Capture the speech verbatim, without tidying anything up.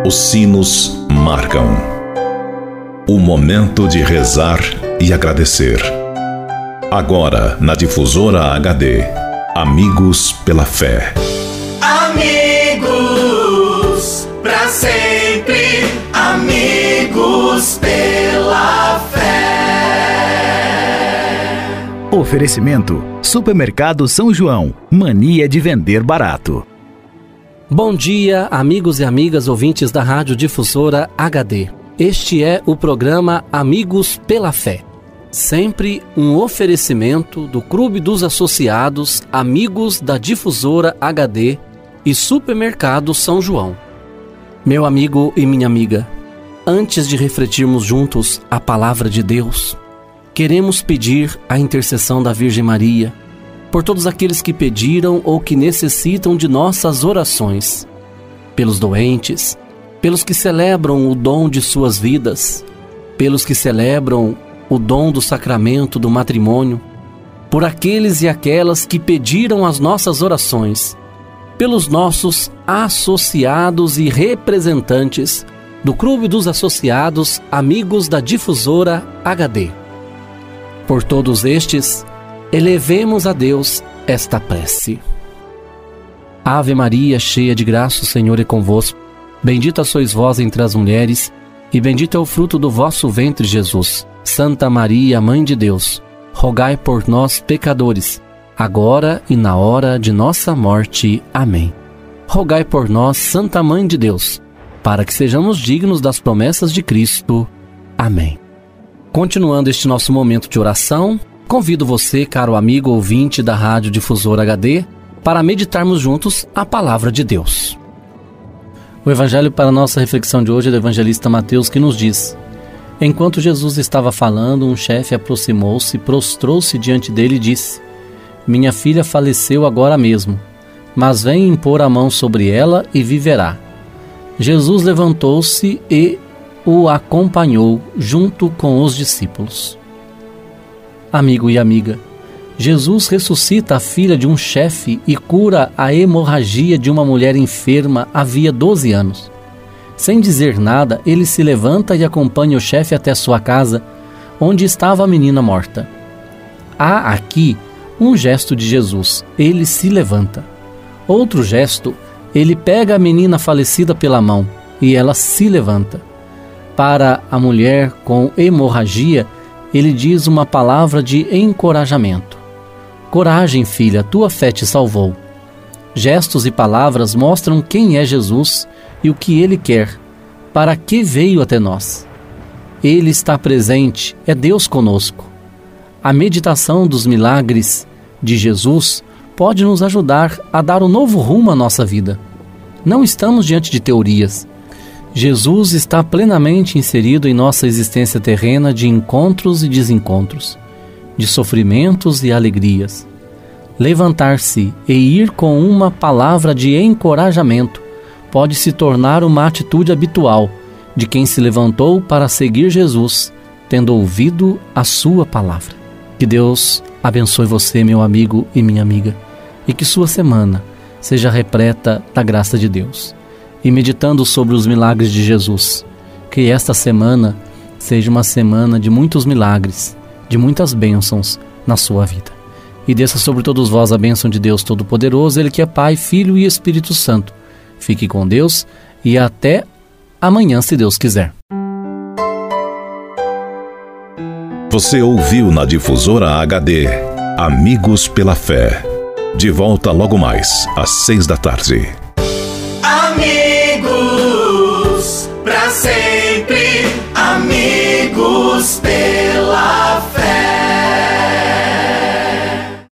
Os sinos marcam o momento de rezar e agradecer. Agora, na Difusora H D, Amigos pela Fé. Amigos, pra sempre, amigos pela fé. Oferecimento: Supermercado São João, mania de vender barato. Bom dia, amigos e amigas ouvintes da Rádio Difusora H D. Este é o programa Amigos pela Fé. Sempre um oferecimento do Clube dos Associados Amigos da Difusora H D e Supermercado São João. Meu amigo e minha amiga, antes de refletirmos juntos a palavra de Deus, queremos pedir a intercessão da Virgem Maria por todos aqueles que pediram ou que necessitam de nossas orações, pelos doentes, pelos que celebram o dom de suas vidas, pelos que celebram o dom do sacramento do matrimônio, por aqueles e aquelas que pediram as nossas orações, pelos nossos associados e representantes do Clube dos Associados Amigos da Difusora H D. Por todos estes, elevemos a Deus esta prece. Ave Maria, cheia de graça, o Senhor é convosco. Bendita sois vós entre as mulheres, e bendito é o fruto do vosso ventre, Jesus. Santa Maria, Mãe de Deus, rogai por nós, pecadores, agora e na hora de nossa morte. Amém. Rogai por nós, Santa Mãe de Deus, para que sejamos dignos das promessas de Cristo. Amém. Continuando este nosso momento de oração, convido você, caro amigo ouvinte da Rádio Difusora H D, para meditarmos juntos a Palavra de Deus. O Evangelho para a nossa reflexão de hoje é do evangelista Mateus, que nos diz: enquanto Jesus estava falando, um chefe aproximou-se, prostrou-se diante dele e disse: minha filha faleceu agora mesmo, mas vem impor a mão sobre ela e viverá. Jesus levantou-se e o acompanhou junto com os discípulos. Amigo e amiga, Jesus ressuscita a filha de um chefe e cura a hemorragia de uma mulher enferma havia doze anos. Sem dizer nada, ele se levanta e acompanha o chefe até sua casa, onde estava a menina morta. Há aqui um gesto de Jesus: ele se levanta. Outro gesto: ele pega a menina falecida pela mão e ela se levanta. Para a mulher com hemorragia, ele diz uma palavra de encorajamento: coragem, filha, tua fé te salvou. Gestos e palavras mostram quem é Jesus e o que ele quer, para que veio até nós. Ele está presente, é Deus conosco. A meditação dos milagres de Jesus pode nos ajudar a dar um novo rumo à nossa vida. Não estamos diante de teorias. Jesus está plenamente inserido em nossa existência terrena de encontros e desencontros, de sofrimentos e alegrias. Levantar-se e ir com uma palavra de encorajamento pode se tornar uma atitude habitual de quem se levantou para seguir Jesus, tendo ouvido a sua palavra. Que Deus abençoe você, meu amigo e minha amiga, e que sua semana seja repleta da graça de Deus. E meditando sobre os milagres de Jesus, que esta semana seja uma semana de muitos milagres, de muitas bênçãos na sua vida. E desça sobre todos vós a bênção de Deus Todo-Poderoso, Ele que é Pai, Filho e Espírito Santo. Fique com Deus e até amanhã, se Deus quiser. Você ouviu na Difusora H D Amigos pela Fé. De volta logo mais, às seis da tarde. Amigos, pra sempre.